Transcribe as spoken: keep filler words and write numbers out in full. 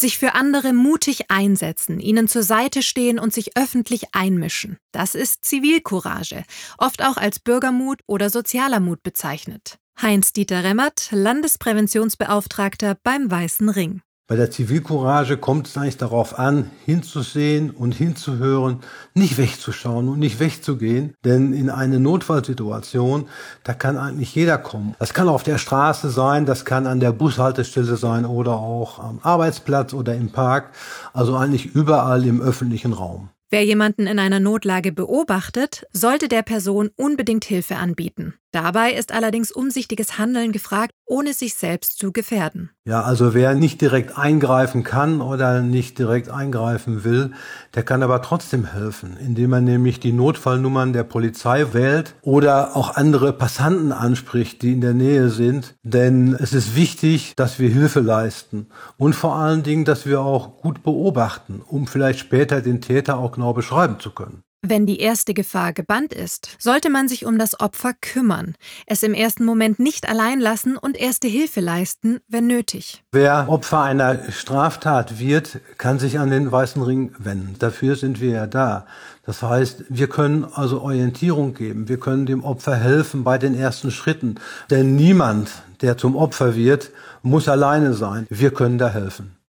Sich für andere mutig einsetzen, ihnen zur Seite stehen und sich öffentlich einmischen. Das ist Zivilcourage, oft auch als Bürgermut oder sozialer Mut bezeichnet. Heinz-Dieter Remmert, Landespräventionsbeauftragter beim Weißen Ring. Bei der Zivilcourage kommt es eigentlich darauf an, hinzusehen und hinzuhören, nicht wegzuschauen und nicht wegzugehen. Denn in eine Notfallsituation, da kann eigentlich jeder kommen. Das kann auf der Straße sein, das kann an der Bushaltestelle sein oder auch am Arbeitsplatz oder im Park. Also eigentlich überall im öffentlichen Raum. Wer jemanden in einer Notlage beobachtet, sollte der Person unbedingt Hilfe anbieten. Dabei ist allerdings umsichtiges Handeln gefragt, ohne sich selbst zu gefährden. Ja, also wer nicht direkt eingreifen kann oder nicht direkt eingreifen will, der kann aber trotzdem helfen, indem er nämlich die Notfallnummern der Polizei wählt oder auch andere Passanten anspricht, die in der Nähe sind. Denn es ist wichtig, dass wir Hilfe leisten und vor allen Dingen, dass wir auch gut beobachten, um vielleicht später den Täter auch genau beschreiben zu können. Wenn die erste Gefahr gebannt ist, sollte man sich um das Opfer kümmern, es im ersten Moment nicht allein lassen und erste Hilfe leisten, wenn nötig. Wer Opfer einer Straftat wird, kann sich an den Weißen Ring wenden. Dafür sind wir ja da. Das heißt, wir können also Orientierung geben, wir können dem Opfer helfen bei den ersten Schritten. Denn niemand, der zum Opfer wird, muss alleine sein. Wir können da helfen.